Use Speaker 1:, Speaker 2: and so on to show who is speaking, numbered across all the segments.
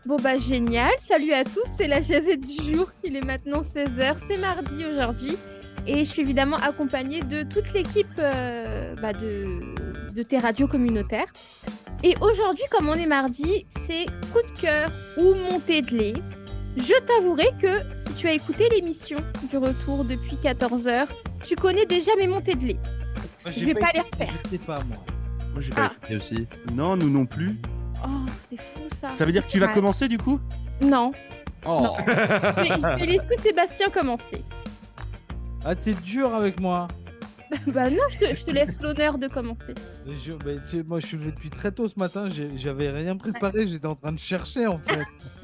Speaker 1: Bon bah génial, salut à tous, c'est la Jazette du jour, il est maintenant 16h, c'est mardi aujourd'hui et je suis évidemment accompagnée de toute l'équipe de tes radios communautaires. Et aujourd'hui, comme on est mardi, c'est coup de cœur ou montée de lait. Je t'avouerai que si tu as écouté l'émission du retour depuis 14h, tu connais déjà mes montées de lait. Je vais pas les refaire.
Speaker 2: Je sais pas moi.
Speaker 3: Moi, j'ai pas écouté aussi.
Speaker 4: Non, nous non plus.
Speaker 1: Oh, c'est fou ça.
Speaker 4: Ça veut dire que tu vas commencer du coup?
Speaker 1: Non.
Speaker 4: Oh.
Speaker 1: Non. Je vais laisser Sébastien commencer.
Speaker 2: Ah, t'es dur avec moi.
Speaker 1: Bah non, je te laisse l'honneur de commencer.
Speaker 2: Moi, je suis levé depuis très tôt ce matin. J'avais rien préparé. J'étais en train de chercher en fait.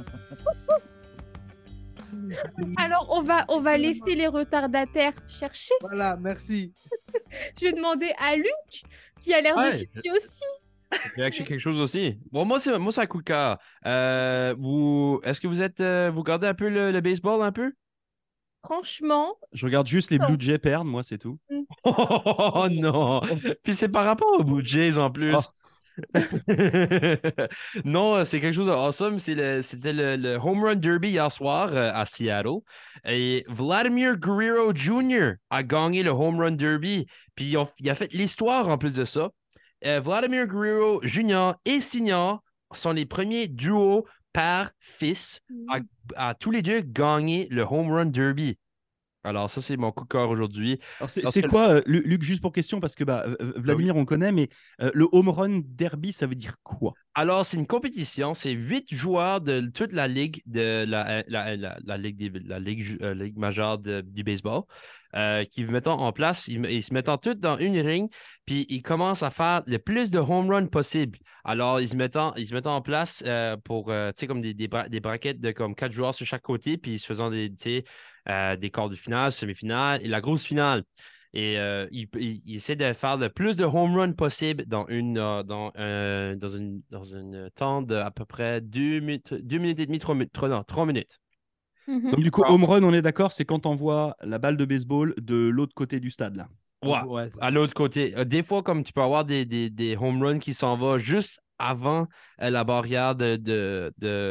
Speaker 1: Alors, on va laisser les retardataires chercher.
Speaker 2: Voilà, merci.
Speaker 1: Je vais demander à Luc, qui a l'air de chercher aussi.
Speaker 3: J'ai acheté quelque chose aussi. Bon, moi, c'est un coup de cœur. Est-ce que vous regardez un peu le baseball un peu?
Speaker 1: Franchement.
Speaker 4: Je regarde juste les Blue Jays perdre, moi, c'est tout.
Speaker 3: Oh non! Puis c'est par rapport aux Blue Jays en plus. Oh. Non, c'est quelque chose d'awesome. C'était le Home Run Derby hier soir à Seattle. Et Vladimir Guerrero Jr. a gagné le Home Run Derby. Puis il a fait l'histoire en plus de ça. Vladimir Guerrero Jr. et Senior sont les premiers duos père-fils à tous les deux gagner le Home Run Derby. Alors, ça, c'est mon coup de cœur aujourd'hui.
Speaker 4: Alors, c'est quoi, Luc, juste pour question, parce que Vladimir, on connaît, mais le Home Run Derby, ça veut dire quoi?
Speaker 3: Alors, c'est une compétition. C'est 8 joueurs de toute la ligue de la ligue majeure du baseball qui mettent en place. Ils se mettent tous dans une ring, puis ils commencent à faire le plus de home runs possible. Alors, ils se mettent en place pour, tu sais, comme des braquettes de comme 4 joueurs sur chaque côté, puis ils se faisant des quarts de finale, semi-finale et la grosse finale. Et il essaie de faire le plus de home runs possible dans une temps d'à peu près 2 minutes et demie, 3 minutes.
Speaker 4: Donc, du coup, home run, on est d'accord, c'est quand on voit la balle de baseball de l'autre côté du stade, là.
Speaker 3: Ouais, à l'autre côté. Des fois, comme tu peux avoir des home runs qui s'en vont juste avant la barrière de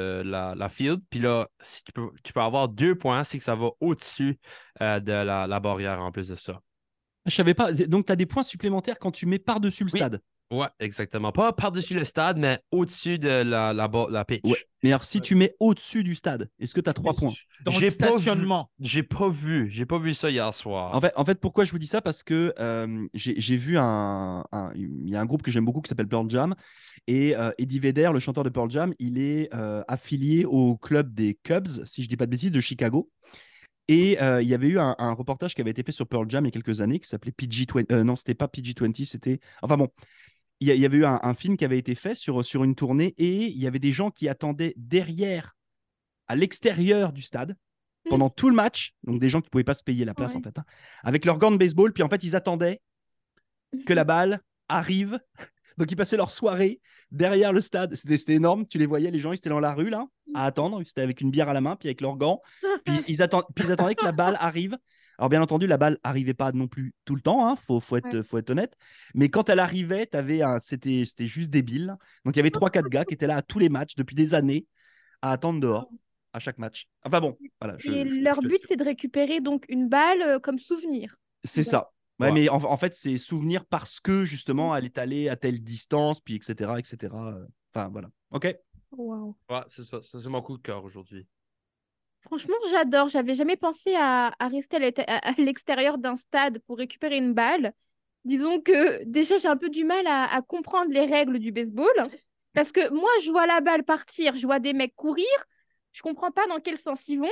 Speaker 3: la field. Puis là, si tu peux avoir 2 points, c'est que ça va au-dessus de la barrière en plus de ça.
Speaker 4: Je savais pas. Donc, tu as des points supplémentaires quand tu mets par-dessus le stade.
Speaker 3: Ouais, exactement. Pas par-dessus le stade, mais au-dessus de la pitch.
Speaker 4: Ouais. Mais alors, si tu mets au-dessus du stade, est-ce que tu as 3 points?
Speaker 2: Dans le stationnement.
Speaker 3: J'ai pas vu ça hier soir.
Speaker 4: En fait, pourquoi je vous dis ça? Parce que j'ai vu il y a un groupe que j'aime beaucoup qui s'appelle Pearl Jam. Et Eddie Vedder, le chanteur de Pearl Jam, il est affilié au club des Cubs, si je dis pas de bêtises, de Chicago. Et il y avait eu un reportage qui avait été fait sur Pearl Jam il y a quelques années qui s'appelait PG-20. Non, c'était pas PG-20, c'était. Enfin bon, il y avait eu un film qui avait été fait sur une tournée et il y avait des gens qui attendaient derrière, à l'extérieur du stade, pendant tout le match. Donc des gens qui ne pouvaient pas se payer la place, en fait, hein, avec leurs gants de baseball. Puis en fait, ils attendaient que la balle arrive. Donc ils passaient leur soirée derrière le stade. C'était énorme. Tu les voyais, les gens, ils étaient dans la rue, là, à attendre. Ils étaient avec une bière à la main, puis avec leurs gants. Puis ils attendaient que la balle arrive. Alors, bien entendu, la balle n'arrivait pas non plus tout le temps, hein, faut être honnête. Mais quand elle arrivait, c'était juste débile. Donc, il y avait 3-4 gars qui étaient là à tous les matchs depuis des années à attendre dehors à chaque match. Enfin bon, voilà.
Speaker 1: Leur but, c'est de récupérer donc une balle comme souvenir.
Speaker 4: C'est ça. Ouais, mais en fait, c'est souvenir parce que justement, elle est allée à telle distance, puis etc., etc. Enfin, voilà. OK.
Speaker 1: Wow.
Speaker 3: Ouais, c'est ça. Ça, c'est mon coup de cœur aujourd'hui.
Speaker 1: Franchement, j'adore. J'avais jamais pensé à rester à l'extérieur d'un stade pour récupérer une balle. Disons que déjà, j'ai un peu du mal à comprendre les règles du baseball. Parce que moi, je vois la balle partir, je vois des mecs courir. Je comprends pas dans quel sens ils vont.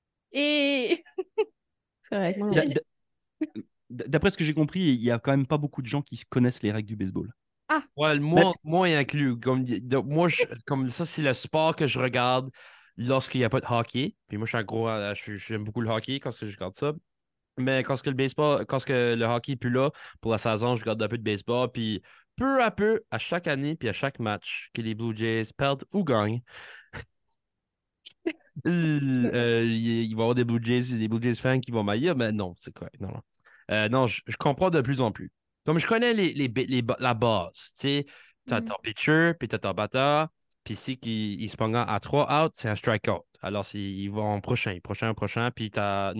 Speaker 1: Et.
Speaker 5: C'est vrai.
Speaker 4: D'après ce que j'ai compris, il n'y a quand même pas beaucoup de gens qui connaissent les règles du baseball.
Speaker 1: Ah.
Speaker 3: Ouais, moi inclus. Moi, comme ça, c'est le sport que je regarde lorsqu'il n'y a pas de hockey. Puis moi, je suis un gros. J'aime beaucoup le hockey quand je regarde ça. Mais quand le hockey n'est plus là pour la saison, je regarde un peu de baseball. Puis peu à peu, à chaque année, puis à chaque match, que les Blue Jays perdent ou gagnent, il va y avoir des Blue Jays fans qui vont maillir, mais non, c'est correct. Non, non. Non, je comprends de plus en plus. Comme je connais la base, tu sais, t'as ton pitcher, puis t'as ton batteur, Puis si il se pogne à 3 outs, c'est un strikeout. Alors, il va en prochain, puis tu as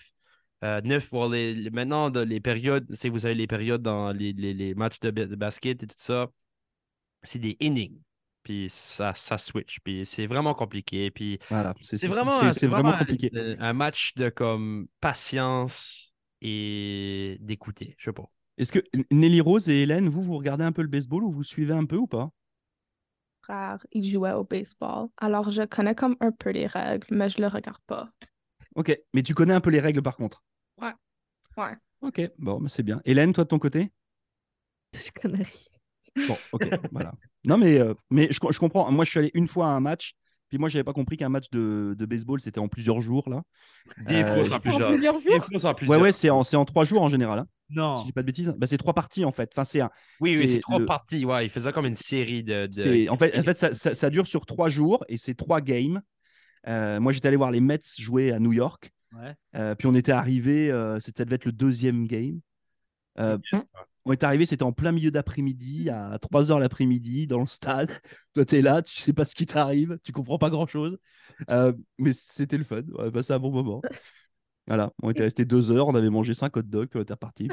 Speaker 3: 9 pour maintenant, les périodes, si vous avez les périodes dans les matchs de basket et tout ça, c'est des innings. Puis ça switch. Puis c'est vraiment compliqué. Puis
Speaker 4: Voilà, c'est
Speaker 3: c'est
Speaker 4: c'est-
Speaker 3: vraiment,
Speaker 4: c'est-
Speaker 3: c'est
Speaker 4: c'est
Speaker 3: vraiment
Speaker 4: vraiment compliqué.
Speaker 3: un match de comme patience et d'écouter. Je sais pas.
Speaker 4: Est-ce que Nelly Rose et Hélène, vous regardez un peu le baseball ou vous suivez un peu ou pas?
Speaker 5: Frère, il jouait au baseball. Alors, je connais comme un peu les règles, mais je le regarde pas.
Speaker 4: Ok, mais tu connais un peu les règles par contre.
Speaker 5: Ouais, ouais.
Speaker 4: Ok, bon, bah, c'est bien. Hélène, toi de ton côté?
Speaker 5: Je connais rien.
Speaker 4: Bon, ok, voilà. Non, mais je comprends. Moi, je suis allé une fois à un match, puis moi, j'avais pas compris qu'un match de baseball, c'était en plusieurs jours, là.
Speaker 3: Des fois, c'est en
Speaker 1: En
Speaker 3: plusieurs.
Speaker 1: plusieurs
Speaker 3: Des
Speaker 1: jours?
Speaker 3: fois, c'est en
Speaker 4: Ouais,
Speaker 3: plusieurs.
Speaker 4: ouais, c'est en 3 jours en général, hein, si je
Speaker 2: Non.
Speaker 4: dis pas de bêtises. Bah, c'est 3 parties, en fait. Enfin,
Speaker 3: Oui, c'est
Speaker 4: c'est
Speaker 3: 3 parties. Ouais, il faisait comme une série
Speaker 4: en fait ça dure sur 3 jours et c'est 3 games. Moi, j'étais allé voir les Mets jouer à New York.
Speaker 2: Ouais.
Speaker 4: Puis on était arrivé, c'était devait être le deuxième game. Euh, on est arrivé, c'était en plein milieu d'après-midi, à 3 heures l'après-midi, dans le stade. Toi, tu es là, tu sais pas ce qui t'arrive, tu comprends pas grand-chose. Mais c'était le fun, on a passé un bon moment. Voilà, on était resté 2 heures, on avait mangé 5 hot dogs, puis on était reparti.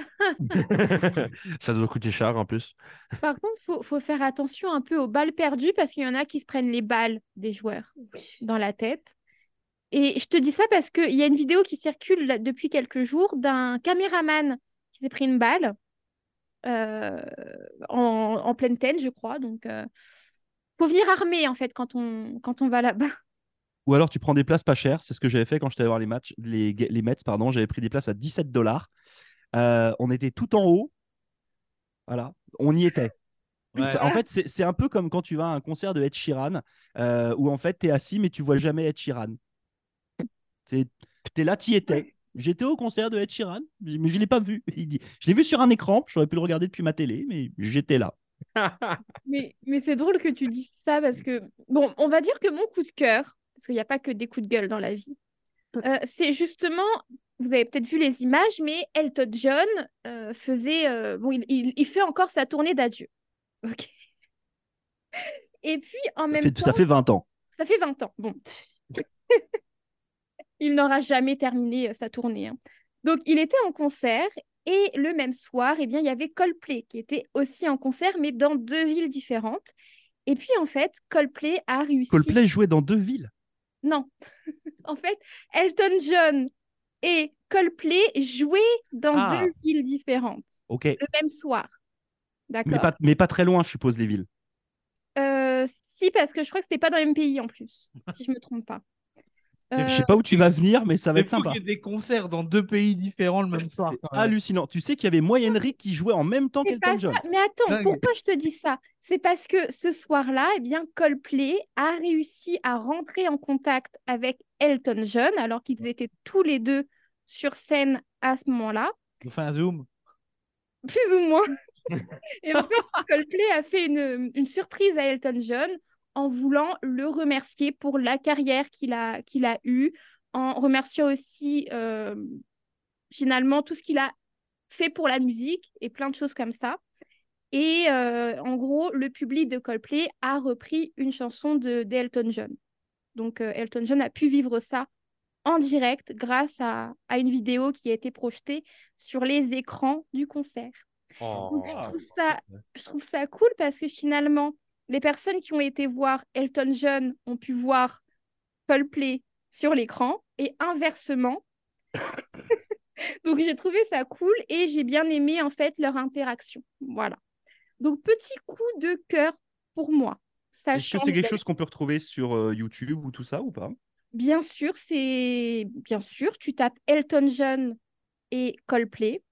Speaker 3: Ça doit coûter cher en plus.
Speaker 1: Par contre, faut faire attention un peu aux balles perdues parce qu'il y en a qui se prennent les balles des joueurs dans la tête. Et je te dis ça parce qu'il y a une vidéo qui circule là, depuis quelques jours d'un caméraman qui s'est pris une balle euh, en pleine tête, je crois. Donc, faut venir armé en fait quand on va là-bas.
Speaker 4: Ou alors tu prends des places pas chères, c'est ce que j'avais fait quand j'étais allé voir les matchs, les Mets, pardon, j'avais pris des places à 17 $. On était tout en haut, voilà, on y était.
Speaker 2: Ouais.
Speaker 4: En fait, c'est un peu comme quand tu vas à un concert de Ed Sheeran, où en fait, tu es assis, mais tu vois jamais Ed Sheeran. Tu es là, tu y étais. J'étais au concert de Ed Sheeran, mais je ne l'ai pas vu. Je l'ai vu sur un écran, j'aurais pu le regarder depuis ma télé, mais j'étais là.
Speaker 1: Mais c'est drôle que tu dises ça parce que, bon, on va dire que mon coup de cœur, parce qu'il n'y a pas que des coups de gueule dans la vie, c'est justement, vous avez peut-être vu les images, mais Elton John faisait, bon, il fait encore sa tournée d'adieu. Ok. Et puis, en
Speaker 4: Ça
Speaker 1: même
Speaker 4: fait,
Speaker 1: temps,
Speaker 4: ça fait 20 ans.
Speaker 1: ça fait 20 ans. Bon, il n'aura jamais terminé sa tournée, hein. Donc, il était en concert et le même soir, eh bien, il y avait Coldplay qui était aussi en concert, mais dans 2 villes différentes. Et puis, en fait, Coldplay a réussi.
Speaker 4: Coldplay jouait dans 2 villes.
Speaker 1: Non, en fait, Elton John et Coldplay jouaient dans
Speaker 4: Ah.
Speaker 1: 2 villes différentes
Speaker 4: Ok,
Speaker 1: le même soir.
Speaker 4: mais
Speaker 1: D'accord.
Speaker 4: pas très loin, je suppose, les villes.
Speaker 1: Si, parce que je crois que c'était pas dans le même pays en plus, si je me trompe pas.
Speaker 4: Je sais pas où tu vas venir, mais ça va
Speaker 2: Mais
Speaker 4: être
Speaker 2: faut
Speaker 4: sympa.
Speaker 2: qu'il y ait des concerts dans 2 pays différents le même soir.
Speaker 4: C'est
Speaker 2: quand même.
Speaker 4: hallucinant. Tu sais qu'il y avait Moyennery qui jouait en même temps
Speaker 1: C'est
Speaker 4: qu'Elton
Speaker 1: pas
Speaker 4: John.
Speaker 1: ça. Mais attends,
Speaker 2: Dingue.
Speaker 1: pourquoi je te dis ça? C'est parce que ce soir-là, eh bien, Coldplay a réussi à rentrer en contact avec Elton John, alors qu'ils étaient tous les deux sur scène à ce moment-là,
Speaker 2: On fait un zoom.
Speaker 1: plus ou moins. Et en fait, Coldplay a fait une surprise à Elton John en voulant le remercier pour la carrière qu'il a eue, en remerciant aussi finalement tout ce qu'il a fait pour la musique et plein de choses comme ça. Et en gros, le public de Coldplay a repris une chanson d'Elton John. Donc, Elton John a pu vivre ça en direct grâce à une vidéo qui a été projetée sur les écrans du concert. Donc, je trouve ça cool parce que finalement, les personnes qui ont été voir Elton John ont pu voir Coldplay sur l'écran et inversement. Donc, j'ai trouvé ça cool et j'ai bien aimé en fait leur interaction. Voilà. Donc, petit coup de cœur pour moi. Ça
Speaker 4: Est-ce que
Speaker 1: change
Speaker 4: c'est quelque
Speaker 1: d'être-
Speaker 4: chose qu'on peut retrouver sur YouTube ou tout ça ou pas?
Speaker 1: Bien sûr, tu tapes Elton John et Coldplay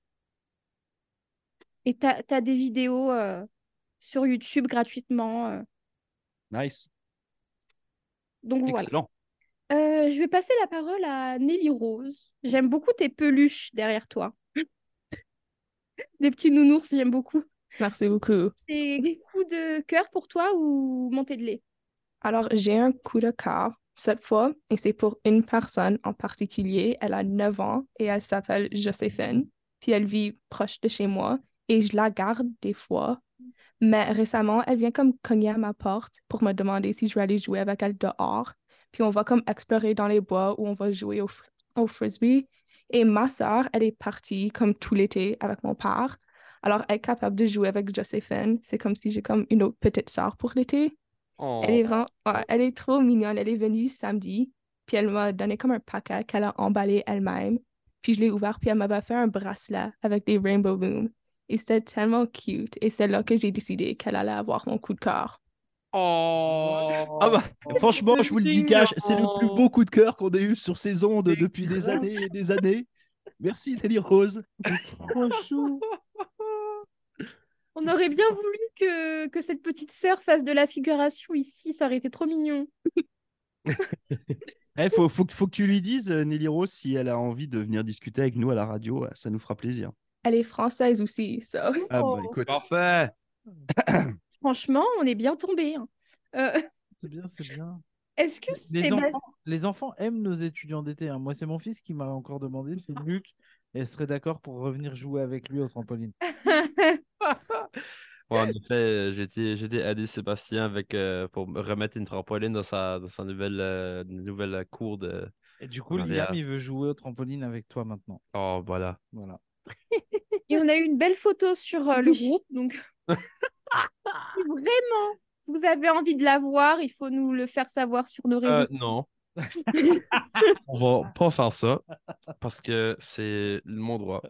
Speaker 1: et tu as des vidéos sur YouTube gratuitement.
Speaker 4: Nice.
Speaker 1: Donc voilà.
Speaker 4: Excellent.
Speaker 1: Je vais passer la parole à Nelly Rose. J'aime beaucoup tes peluches derrière toi. Des petits nounours, j'aime beaucoup.
Speaker 5: Merci beaucoup.
Speaker 1: C'est coup de cœur pour toi ou montée de lait?
Speaker 5: Alors, j'ai un coup de cœur cette fois, et c'est pour une personne en particulier. Elle a 9 ans et elle s'appelle Joséphine. Puis elle vit proche de chez moi et je la garde des fois Mais récemment, elle vient comme cogner à ma porte pour me demander si je vais aller jouer avec elle dehors. Puis on va comme explorer dans les bois où on va jouer au frisbee. Et ma sœur, elle est partie comme tout l'été avec mon père. Alors, elle est capable de jouer avec Joséphine. C'est comme si j'ai comme une autre petite sœur pour l'été. Elle
Speaker 3: Oh.
Speaker 5: est vraiment, ouais, elle est trop mignonne. Elle est venue samedi, puis elle m'a donné comme un paquet qu'elle a emballé elle-même. Puis je l'ai ouvert, puis elle m'avait fait un bracelet avec des rainbow looms. Et c'était tellement cute. Et c'est là que j'ai décidé qu'elle allait avoir mon coup de cœur.
Speaker 4: Ah
Speaker 3: Oh.
Speaker 4: bah, franchement, je vous le dis,
Speaker 3: Mignon.
Speaker 4: Cash, c'est le plus beau coup de cœur qu'on ait eu sur ces ondes depuis des années et des années. Merci, Nelly Rose.
Speaker 2: C'est trop chou.
Speaker 1: On aurait bien voulu que cette petite sœur fasse de la figuration ici, ça aurait été trop mignon.
Speaker 4: Faut que tu lui dises, Nelly Rose, si elle a envie de venir discuter avec nous à la radio, ça nous fera plaisir.
Speaker 5: Elle est française aussi, ça.
Speaker 4: Ah bah
Speaker 1: Oh.
Speaker 4: écoute.
Speaker 3: Parfait.
Speaker 1: Franchement, on est bien tombé.
Speaker 2: C'est bien, c'est bien.
Speaker 1: Est-ce que
Speaker 2: Les
Speaker 1: c'est
Speaker 2: enfants, les enfants aiment nos étudiants d'été, hein. Moi, c'est mon fils qui m'a encore demandé si Luc elle serait d'accord pour revenir jouer avec lui au trampoline.
Speaker 3: Ouais, en effet, j'étais aidé Sébastien pour me remettre une trampoline dans sa nouvelle cour
Speaker 2: Et du coup,
Speaker 3: en
Speaker 2: Liam,
Speaker 3: arrière.
Speaker 2: il veut jouer au trampoline avec toi maintenant.
Speaker 3: Oh, voilà.
Speaker 2: Voilà.
Speaker 1: Et on a eu une belle photo sur le
Speaker 5: Oui.
Speaker 1: groupe, donc si vraiment vous avez envie de la voir, il faut nous le faire savoir sur nos réseaux sociaux.
Speaker 3: Non, on va pas faire ça parce que c'est mon droit.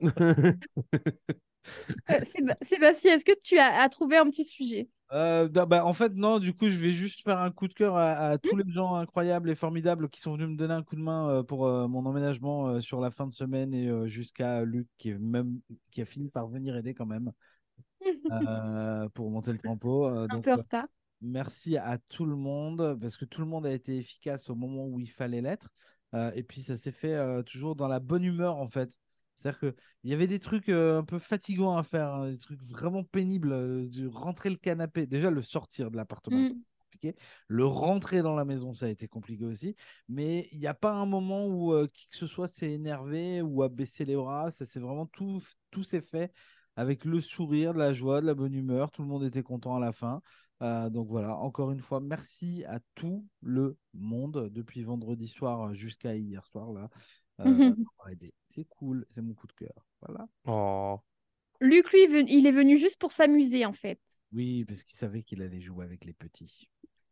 Speaker 1: Sébastien, est-ce que tu as trouvé un petit sujet?
Speaker 2: En fait, non, du coup, je vais juste faire un coup de cœur à tous les gens incroyables et formidables qui sont venus me donner un coup de main pour mon emménagement sur la fin de semaine et jusqu'à Luc qui a fini par venir aider quand même pour monter le tempo.
Speaker 1: Un peu en retard.
Speaker 2: Merci à tout le monde parce que tout le monde a été efficace au moment où il fallait l'être. Et puis ça s'est fait toujours dans la bonne humeur en fait. C'est-à-dire qu'il y avait des trucs un peu fatigants à faire, hein, des trucs vraiment pénibles, de rentrer le canapé. Déjà, le sortir de l'appartement,
Speaker 1: Mm.
Speaker 2: compliqué. Le rentrer dans la maison, ça a été compliqué aussi. Mais il n'y a pas un moment où qui que ce soit s'est énervé ou a baissé les bras. Ça c'est vraiment tout s'est fait avec le sourire, de la joie, de la bonne humeur. Tout le monde était content à la fin. Donc voilà, encore une fois, merci à tout le monde depuis vendredi soir jusqu'à hier soir là. D'avoir aidé. C'est cool, c'est mon coup de cœur. Voilà.
Speaker 3: Oh.
Speaker 1: Luc, lui, il est venu juste pour s'amuser, en fait.
Speaker 2: Oui, parce qu'il savait qu'il allait jouer avec les petits.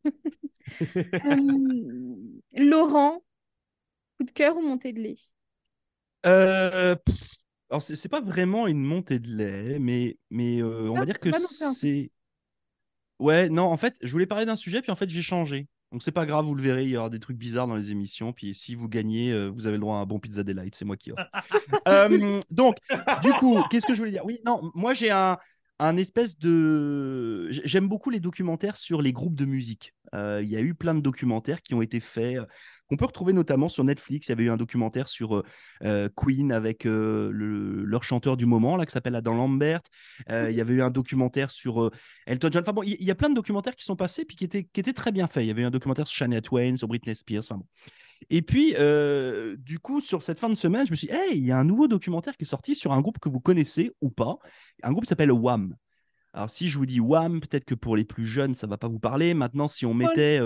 Speaker 1: Laurent, coup de cœur ou montée de lait?
Speaker 4: Alors, c'est pas vraiment une montée de lait, mais on
Speaker 1: Ah,
Speaker 4: va dire
Speaker 1: c'est
Speaker 4: que
Speaker 1: pas non plus un coup.
Speaker 4: c'est. Ouais, non, en fait, je voulais parler d'un sujet, puis en fait, j'ai changé. Donc, c'est pas grave, vous le verrez, il y aura des trucs bizarres dans les émissions. Puis, si vous gagnez, vous avez le droit à un bon Pizza Delight, c'est moi qui offre. Donc, du coup, qu'est-ce que je voulais dire? Oui, non, moi, j'ai un espèce de. J'aime beaucoup les documentaires sur les groupes de musique. Il y a eu plein de documentaires qui ont été faits, qu'on peut retrouver notamment sur Netflix. Il y avait eu un documentaire sur Queen avec leur chanteur du moment, là, qui s'appelle Adam Lambert. Il y avait eu un documentaire sur Elton John. Enfin bon, il y a plein de documentaires qui sont passés puis qui étaient très bien faits. Il y avait eu un documentaire sur Shania Twain, sur Britney Spears. Enfin bon. Et puis, du coup, sur cette fin de semaine, je me suis dit, hey, il y a un nouveau documentaire qui est sorti sur un groupe que vous connaissez ou pas. Un groupe qui s'appelle Wham. Alors, si je vous dis Wham, peut-être que pour les plus jeunes, ça ne va pas vous parler. Maintenant, si on mettait,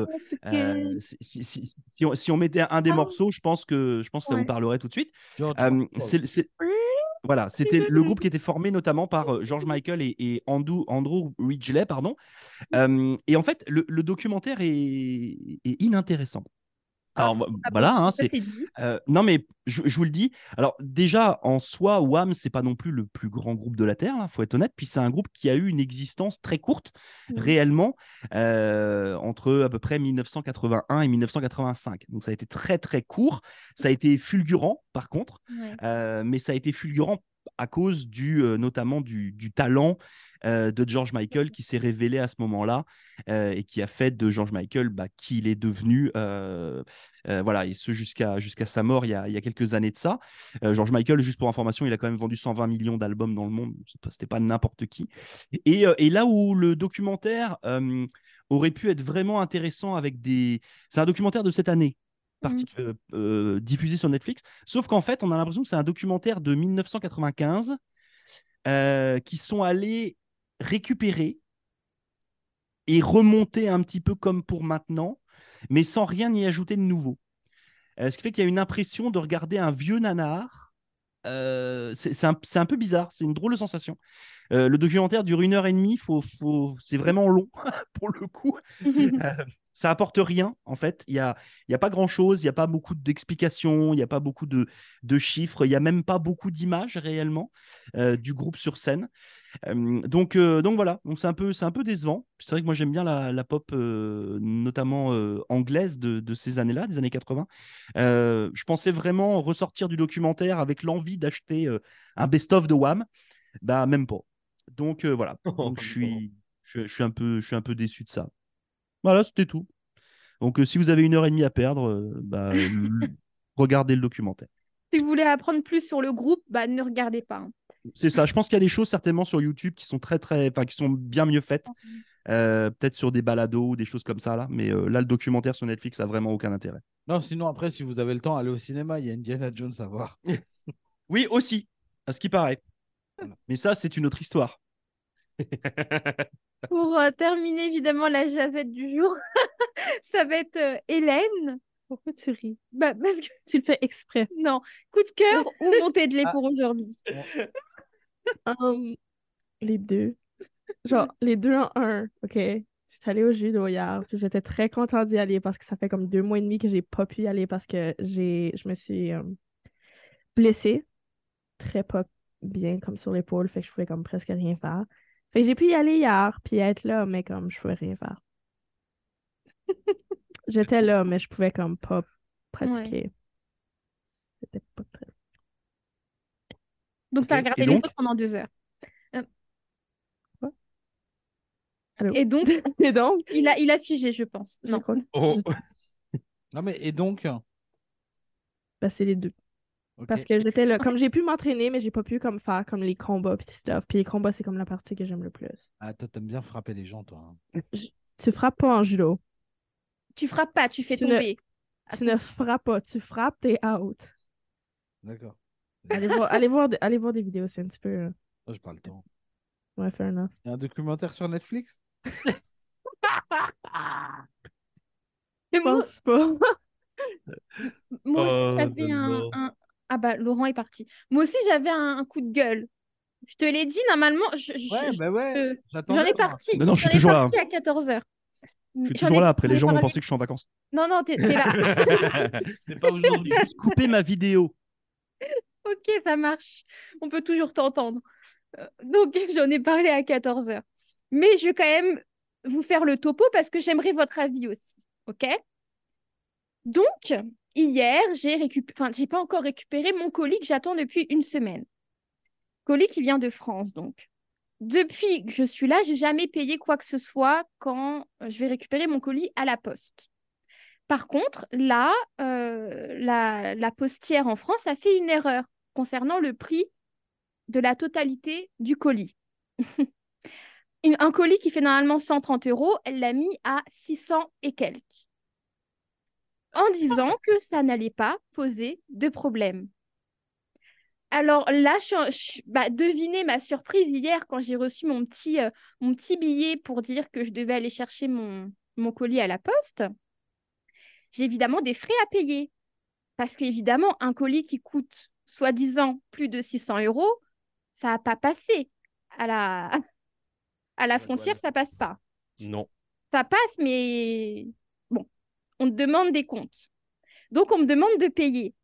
Speaker 4: si on mettait un des
Speaker 1: Ah,
Speaker 4: morceaux, je pense que ça vous
Speaker 1: ouais.
Speaker 4: parlerait tout de suite.
Speaker 2: George
Speaker 4: Voilà, c'était le groupe qui était formé notamment par George Michael et Andrew Ridgeley, pardon. Et en fait, le documentaire est inintéressant.
Speaker 1: Ah,
Speaker 4: Alors
Speaker 1: ah bon,
Speaker 4: voilà, hein,
Speaker 1: ça c'est dit.
Speaker 4: non mais je vous le dis. Alors déjà en soi, Wham c'est pas non plus le plus grand groupe de la terre, il faut être honnête. Puis c'est un groupe qui a eu une existence très courte, réellement, entre à peu près 1981 et 1985. Donc ça a été très très court. Ça a été fulgurant par contre,
Speaker 1: Ouais.
Speaker 4: mais ça a été fulgurant à cause notamment du talent de George Michael qui s'est révélé à ce moment-là et qui a fait de George Michael qui il est devenu. Voilà, et ce jusqu'à sa mort il y a quelques années de ça. George Michael, juste pour information, il a quand même vendu 120 millions d'albums dans le monde. C'était pas n'importe qui. Et là où le documentaire aurait pu être vraiment intéressant avec des. C'est un documentaire de cette année. Diffusé sur Netflix. Sauf qu'en fait, on a l'impression que c'est un documentaire de 1995 qui sont allés récupérer et remonter un petit peu comme pour maintenant, mais sans rien y ajouter de nouveau. Ce qui fait qu'il y a une impression de regarder un vieux nanar. C'est un peu bizarre, c'est une drôle de sensation. Le documentaire dure 1 heure et demie, c'est vraiment long pour le coup. Euh, Ça apporte rien, en fait. Il y a pas grand-chose, il n'y a pas beaucoup d'explications, il n'y a pas beaucoup de chiffres, il n'y a même pas beaucoup d'images réellement du groupe sur scène. Donc voilà, donc c'est un peu décevant. C'est vrai que moi j'aime bien la pop, notamment anglaise de ces années-là, des années 80. Je pensais vraiment ressortir du documentaire avec l'envie d'acheter un best-of de Wham. Bah même pas. Donc voilà. Donc je suis un peu déçu de ça. Voilà, c'était tout. Donc si vous avez 1 heure et demie à perdre, regardez le documentaire.
Speaker 1: Si vous voulez apprendre plus sur le groupe, bah, ne regardez pas.
Speaker 4: C'est ça. Je pense qu'il y a des choses certainement sur YouTube qui sont enfin, qui sont bien mieux faites. Peut-être sur des balados ou des choses comme ça là. Mais là, le documentaire sur Netflix a vraiment aucun intérêt.
Speaker 2: Non, sinon, après, si vous avez le temps, allez au cinéma. Il y a Indiana Jones à voir.
Speaker 4: Oui, aussi, à ce qui paraît.
Speaker 2: Voilà.
Speaker 4: Mais ça, c'est une autre histoire.
Speaker 1: Pour terminer, évidemment, la jazette du jour, ça va être Hélène.
Speaker 5: Pourquoi tu ris?
Speaker 1: Bah, parce que,
Speaker 5: Tu le fais exprès.
Speaker 1: non, coup de cœur ou montée de lait
Speaker 2: Ah.
Speaker 1: pour aujourd'hui.
Speaker 5: Les deux. Genre, les deux en un, OK? J'étais allée au judo hier, puis j'étais très contente d'y aller parce que ça fait comme 2 mois et demi que j'ai pas pu y aller parce que je me suis blessée, très pas bien comme sur l'épaule, fait que je pouvais comme presque rien faire. Fait que j'ai pu y aller hier, puis être là, mais comme je pouvais rien faire. J'étais là, mais je pouvais comme pas pratiquer. C'était pas très...
Speaker 1: Donc, tu as
Speaker 4: Ok.
Speaker 1: regardé
Speaker 4: Et
Speaker 1: les
Speaker 4: donc,
Speaker 1: autres pendant 2 heures.
Speaker 5: Allô?
Speaker 1: Et donc,
Speaker 5: Et donc,
Speaker 1: il a figé, je pense.
Speaker 5: je
Speaker 1: Non.
Speaker 5: crois que-
Speaker 3: Oh.
Speaker 2: Non, mais et donc,
Speaker 5: bah, c'est les deux.
Speaker 2: ok.
Speaker 5: Parce que j'étais là, comme j'ai pu m'entraîner, mais j'ai pas pu comme faire comme les combats puis stuff. Puis les combats, c'est comme la partie que j'aime le plus.
Speaker 2: Ah, toi, t'aimes bien frapper les gens, toi. Hein.
Speaker 5: Tu frappes pas en judo.
Speaker 1: Tu frappes pas, tu fais
Speaker 5: Tu ne-
Speaker 1: tomber.
Speaker 5: Tu ne frappes pas, tu frappes, t'es out.
Speaker 2: D'accord.
Speaker 5: Allez voir des vidéos, c'est un petit peu.
Speaker 2: Moi, j'ai pas le temps.
Speaker 5: Ouais, fair enough.
Speaker 2: Il y a un documentaire sur Netflix?
Speaker 1: Et
Speaker 5: Je pense pas.
Speaker 1: moi aussi,
Speaker 3: Oh,
Speaker 1: j'avais
Speaker 3: non.
Speaker 1: Ah bah, Laurent est parti. Moi aussi, j'avais un coup de gueule. Je te l'ai dit, normalement,
Speaker 2: Ouais, bah ouais.
Speaker 1: j'en ai
Speaker 2: J'attendais, moi.
Speaker 1: parti.
Speaker 4: non, non, je suis
Speaker 1: J'en ai
Speaker 4: toujours là.
Speaker 1: parti à 14h.
Speaker 4: Je suis toujours là. Après, les gens vont penser que je suis en vacances.
Speaker 1: Non, non, t'es là.
Speaker 2: C'est pas aujourd'hui.
Speaker 4: Juste couper ma vidéo.
Speaker 1: Ok, ça marche. On peut toujours t'entendre. Donc, j'en ai parlé à 14h. Mais je vais quand même vous faire le topo parce que j'aimerais votre avis aussi. Ok? Donc, hier, j'ai pas encore récupéré mon colis que j'attends depuis une semaine. Colis qui vient de France, donc. Depuis que je suis là, j'ai jamais payé quoi que ce soit quand je vais récupérer mon colis à la poste. Par contre, là, la postière en France a fait une erreur concernant le prix de la totalité du colis. Un colis qui fait normalement 130 euros, elle l'a mis à 600 et quelques, en disant que ça n'allait pas poser de problème. Alors là, devinez ma surprise hier quand j'ai reçu mon petit billet pour dire que je devais aller chercher mon colis à la poste. J'ai évidemment des frais à payer. Parce qu'évidemment, un colis qui coûte soi-disant plus de 600 euros, ça va pas passer. À la frontière, ça passe pas.
Speaker 3: Non.
Speaker 1: Ça passe, mais bon, on te demande des comptes. Donc, on me demande de payer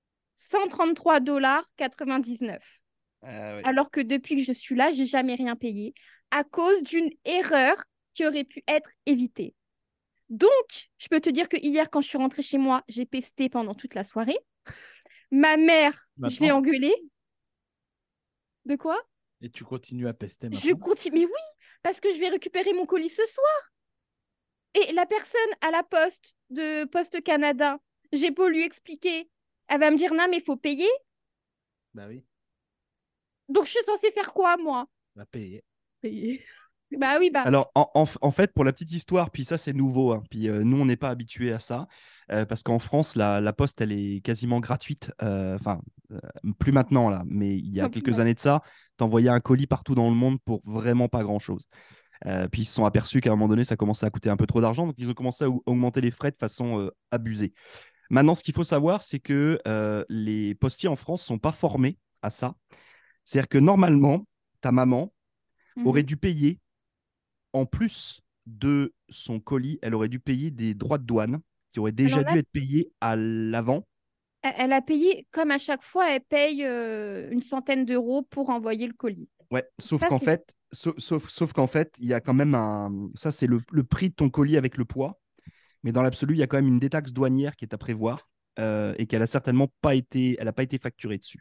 Speaker 1: 133,99 $.
Speaker 4: Oui.
Speaker 1: Alors que depuis que je suis là, j'ai jamais rien payé à cause d'une erreur qui aurait pu être évitée. Donc, je peux te dire que hier, quand je suis rentrée chez moi, j'ai pesté pendant toute la soirée. Ma mère, je l'ai
Speaker 2: Maintenant.
Speaker 1: engueulée. De quoi?
Speaker 2: Et tu continues à pester
Speaker 1: Je
Speaker 2: maintenant?
Speaker 1: continue. Mais oui, parce que je vais récupérer mon colis ce soir. Et la personne à la poste de Poste Canada, j'ai beau lui expliquer, elle va me dire non, mais il faut payer.
Speaker 2: Bah oui,
Speaker 1: Donc, je suis censée faire quoi, moi?
Speaker 2: va payer.
Speaker 1: Bah oui, bah.
Speaker 4: Alors, en fait, pour la petite histoire, puis ça, c'est nouveau. Hein, puis nous, on n'est pas habitués à ça. Parce qu'en France, la poste, elle est quasiment gratuite. Enfin, plus maintenant, là. Mais il y a
Speaker 1: Non plus
Speaker 4: quelques
Speaker 1: maintenant.
Speaker 4: années de ça, t'envoyais un colis partout dans le monde pour vraiment pas grand-chose. Puis ils se sont aperçus qu'à un moment donné, ça commençait à coûter un peu trop d'argent. Donc ils ont commencé à augmenter les frais de façon abusée. Maintenant, ce qu'il faut savoir, c'est que les postiers en France ne sont pas formés à ça. C'est-à-dire que normalement, ta maman aurait
Speaker 1: Mhm.
Speaker 4: dû payer, en plus de son colis, elle aurait dû payer des droits de douane qui auraient
Speaker 1: Alors
Speaker 4: déjà
Speaker 1: là,
Speaker 4: dû être payés à l'avant.
Speaker 1: elle a payé, comme à chaque fois, elle paye une centaine d'euros pour envoyer le colis.
Speaker 4: Ouais, sauf
Speaker 1: Ça,
Speaker 4: qu'en
Speaker 1: c'est...
Speaker 4: fait, sauf qu'en fait, il y a quand même un. Ça, c'est le prix de ton colis avec le poids. Mais dans l'absolu, il y a quand même une détaxe douanière qui est à prévoir et qu'elle a certainement pas été, elle a pas été facturée dessus.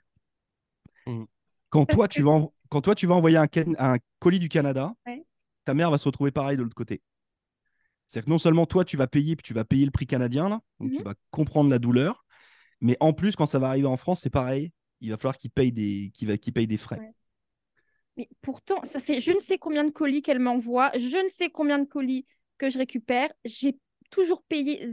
Speaker 3: Mm.
Speaker 1: Parce que...
Speaker 4: Quand toi, tu vas envoyer un colis du Canada,
Speaker 1: Ouais.
Speaker 4: ta mère va se retrouver pareil de l'autre côté. C'est-à-dire que non seulement toi, tu vas payer, puis tu vas payer le prix canadien, là, donc tu
Speaker 1: Mhm.
Speaker 4: vas comprendre la douleur, mais en plus, quand ça va arriver en France, c'est pareil. Il va falloir qu'il paye des frais.
Speaker 1: Ouais. Mais pourtant, ça fait je ne sais combien de colis qu'elle m'envoie, je ne sais combien de colis que je récupère. J'ai toujours payé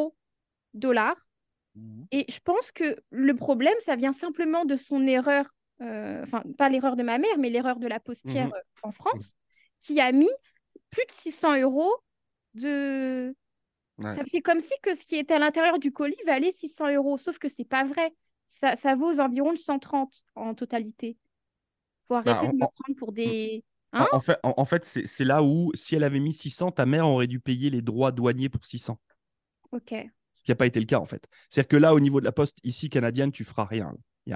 Speaker 1: 0 $
Speaker 2: Mhm.
Speaker 1: Et je pense que le problème, ça vient simplement de son erreur, enfin, pas l'erreur de ma mère, mais l'erreur de la postière
Speaker 3: Mhm.
Speaker 1: en France, qui a mis plus de 600 € de...
Speaker 4: Ouais.
Speaker 1: C'est comme si que ce qui était à l'intérieur du colis valait 600 €, sauf que c'est pas vrai. Ça vaut aux environs de 130 en totalité. Faut
Speaker 4: Bah,
Speaker 1: arrêter de me prendre pour des... Hein?
Speaker 4: en fait c'est là où, si elle avait mis 600, ta mère aurait dû payer les droits douaniers pour 600.
Speaker 1: Ok.
Speaker 4: Ce qui n'a pas été le cas, en fait. C'est-à-dire que là, au niveau de la poste ici canadienne, tu feras rien.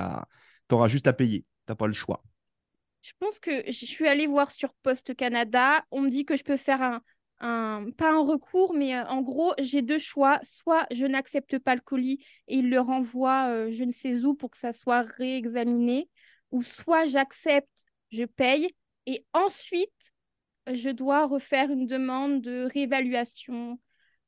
Speaker 4: Tu auras juste à payer. Tu n'as pas le choix.
Speaker 1: Je pense que je suis allée voir sur Poste Canada. On me dit que je peux faire pas un recours, mais en gros, j'ai deux choix. Soit je n'accepte pas le colis et il le renvoie je ne sais où pour que ça soit réexaminé, ou soit j'accepte, je paye et ensuite je dois refaire une demande de réévaluation.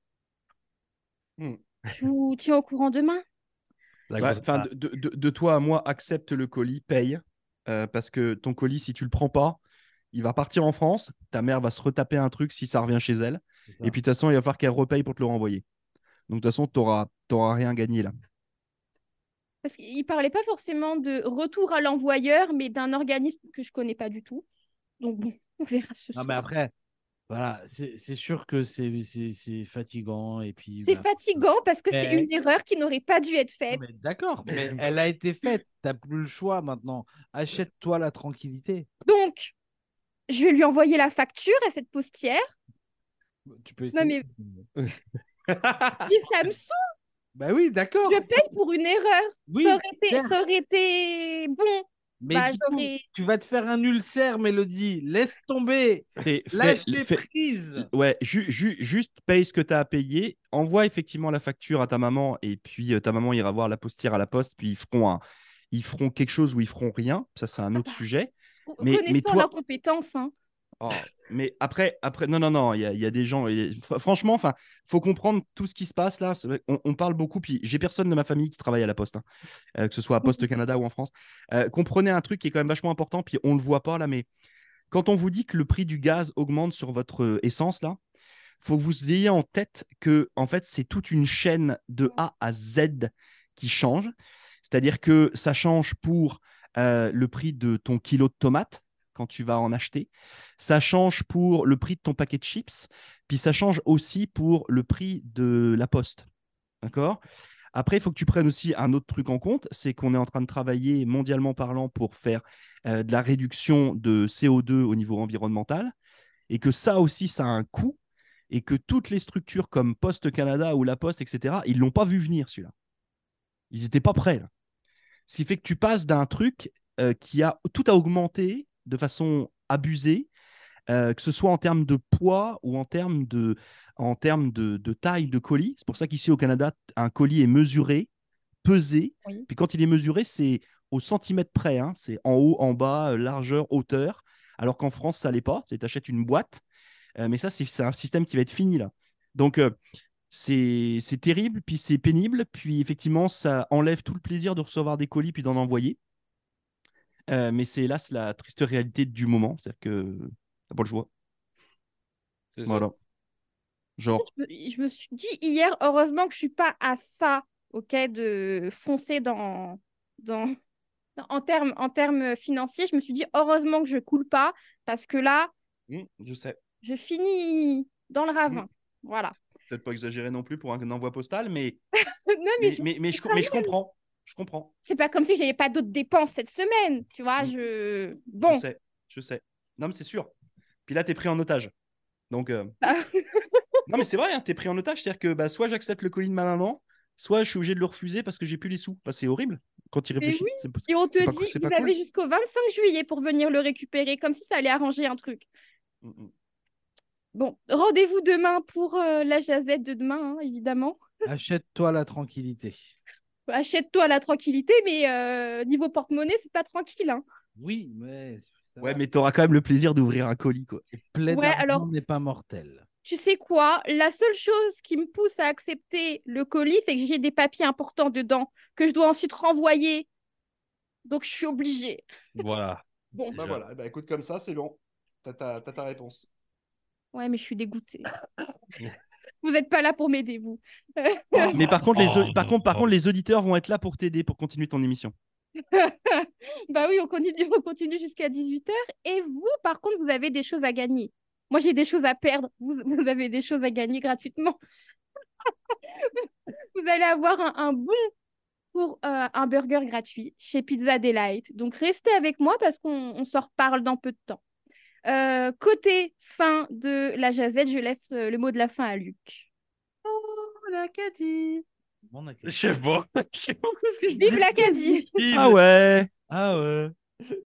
Speaker 4: Hmm.
Speaker 1: Je vous tiens au courant demain.
Speaker 3: La
Speaker 4: Ouais,
Speaker 3: grosse...
Speaker 4: enfin, de toi à moi, accepte le colis, paye. Parce que ton colis, si tu le prends pas, il va partir en France. Ta mère va se retaper un truc si ça revient chez elle.
Speaker 2: C'est
Speaker 4: Et
Speaker 2: ça.
Speaker 4: puis, de toute façon, il va falloir qu'elle repaye pour te le renvoyer. Donc, de toute façon, tu n'auras rien gagné là.
Speaker 1: Parce qu'il ne parlait pas forcément de retour à l'envoyeur, mais d'un organisme que je ne connais pas du tout. Donc bon, on verra ce
Speaker 2: Non, mais
Speaker 1: soir.
Speaker 2: après, voilà, c'est sûr que c'est fatigant. Et puis,
Speaker 1: C'est
Speaker 2: bah,
Speaker 1: fatigant parce que c'est
Speaker 2: mais,
Speaker 1: une erreur qui n'aurait pas dû être
Speaker 2: non,
Speaker 1: faite.
Speaker 2: mais d'accord, mais elle a été faite. T'as plus le choix maintenant. Achète-toi la tranquillité.
Speaker 1: Donc, je vais lui envoyer la facture à cette postière.
Speaker 2: Tu peux
Speaker 1: Non,
Speaker 2: essayer.
Speaker 1: mais ça me saoule.
Speaker 2: Bah oui,
Speaker 1: Je
Speaker 2: d'accord.
Speaker 1: paye pour une erreur.
Speaker 2: Oui, certes.
Speaker 1: Ça aurait été bon.
Speaker 2: Mais
Speaker 1: Bah,
Speaker 2: du coup,
Speaker 1: j'aurais.
Speaker 2: tu vas te faire un ulcère, Mélodie. Laisse tomber. Lâcher prise.
Speaker 4: Ouais, juste paye ce que tu as à payer, envoie effectivement la facture à ta maman et puis ta maman ira voir la postière à la poste, puis ils feront quelque chose ou ils feront rien. Ça, c'est un
Speaker 1: Ah
Speaker 4: autre
Speaker 1: bah,
Speaker 4: sujet. Mais
Speaker 1: connaissant
Speaker 4: toi,
Speaker 1: l'incompétence, hein.
Speaker 4: oh, mais après, non, non, non, il y a des gens. Franchement, enfin, faut comprendre tout ce qui se passe là. C'est vrai, on parle beaucoup, puis j'ai personne de ma famille qui travaille à la Poste, hein, que ce soit à Poste Canada ou en France. Comprenez un truc qui est quand même vachement important, puis on le voit pas là, mais quand on vous dit que le prix du gaz augmente sur votre essence là, faut que vous ayez en tête que en fait c'est toute une chaîne de A à Z qui change. C'est-à-dire que ça change pour le prix de ton kilo de tomates quand tu vas en acheter. Ça change pour le prix de ton paquet de chips. Puis ça change aussi pour le prix de la poste. D'accord? Après, il faut que tu prennes aussi un autre truc en compte, c'est qu'on est en train de travailler mondialement parlant pour faire de la réduction de CO2 au niveau environnemental et que ça aussi, ça a un coût et que toutes les structures comme Poste Canada ou La Poste, etc., ils ne l'ont pas vu venir celui-là. Ils n'étaient pas prêts. Là. Ce qui fait que tu passes d'un truc qui a tout a augmenté de façon abusée, que ce soit en termes de poids ou en termes de taille de colis. C'est pour ça qu'ici au Canada, un colis est mesuré, pesé.
Speaker 1: Oui.
Speaker 4: Puis quand il est mesuré, c'est au centimètre près. Hein. C'est en haut, en bas, largeur, hauteur. Alors qu'en France, ça ne l'est pas. Tu achètes une boîte. Mais ça, c'est un système qui va être fini là. Donc, c'est terrible, puis c'est pénible. Puis effectivement, ça enlève tout le plaisir de recevoir des colis puis d'en envoyer. Mais c'est hélas la triste réalité du moment. C'est-à-dire que t'as pas le choix.
Speaker 3: C'est ça.
Speaker 4: Voilà.
Speaker 1: Tu sais,
Speaker 4: Genre,
Speaker 1: je me suis dit hier, heureusement que je suis pas à ça, ok, de foncer dans, en termes financiers. Je me suis dit, heureusement que je coule pas, parce que là,
Speaker 4: je sais.
Speaker 1: Je finis dans le ravin. Voilà.
Speaker 4: Peut-être pas exagéré non plus pour un envoi postal, mais,
Speaker 1: Non, mais
Speaker 4: je comprends. Je comprends.
Speaker 1: c'est pas comme si j'avais pas d'autres dépenses cette semaine. Tu vois, Bon.
Speaker 4: Je sais. Non, mais c'est sûr. Puis là, t'es pris en otage. Donc, non, mais c'est vrai, hein, t'es pris en otage. C'est-à-dire que bah, soit j'accepte le colis de ma maman, soit je suis obligé de le refuser parce que j'ai plus les sous. Bah, c'est horrible quand tu y
Speaker 1: Mais
Speaker 4: réfléchis.
Speaker 1: oui.
Speaker 4: C'est
Speaker 1: Et on te
Speaker 4: pas,
Speaker 1: dit,
Speaker 4: c'est
Speaker 1: vous
Speaker 4: pas cool.
Speaker 1: avez jusqu'au 25 juillet pour venir le récupérer, comme si ça allait arranger un truc.
Speaker 4: Mm, mm.
Speaker 1: Bon, rendez-vous demain pour la jazette de demain, hein, évidemment.
Speaker 2: Achète-toi la tranquillité.
Speaker 1: Achète-toi la tranquillité, mais niveau porte-monnaie, c'est pas tranquille, hein.
Speaker 2: Oui, mais ça
Speaker 4: Ouais,
Speaker 2: va.
Speaker 4: mais t'auras quand même le plaisir d'ouvrir un colis, quoi.
Speaker 2: Plaie
Speaker 1: Ouais,
Speaker 2: d'argent
Speaker 1: alors,
Speaker 2: n'est pas mortel.
Speaker 1: tu sais quoi? La seule chose qui me pousse à accepter le colis, c'est que j'ai des papiers importants dedans que je dois ensuite renvoyer. Donc, je suis obligée.
Speaker 3: Voilà.
Speaker 1: Bon,
Speaker 4: Bah voilà, bah écoute, comme ça, c'est bon. T'as ta réponse.
Speaker 1: ouais, mais je suis dégoûtée. Vous n'êtes pas là pour m'aider, vous.
Speaker 4: Mais par contre, par
Speaker 3: Oh.
Speaker 4: contre, les auditeurs vont être là pour t'aider, pour continuer ton émission.
Speaker 1: Bah oui, on continue jusqu'à 18 heures. Et vous, par contre, vous avez des choses à gagner. Moi, j'ai des choses à perdre. Vous avez des choses à gagner gratuitement. Vous allez avoir un bon pour un burger gratuit chez Pizza Delight. Donc, restez avec moi parce qu'on s'en reparle dans peu de temps. Côté fin de la jazette, je laisse le mot de la fin à Luc.
Speaker 2: Oh, l'Acadie. Bon,
Speaker 3: Je sais pas. Je sais pas ce que je dis.
Speaker 1: Vive l'Acadie!
Speaker 4: Ah ouais!
Speaker 2: Ah ouais.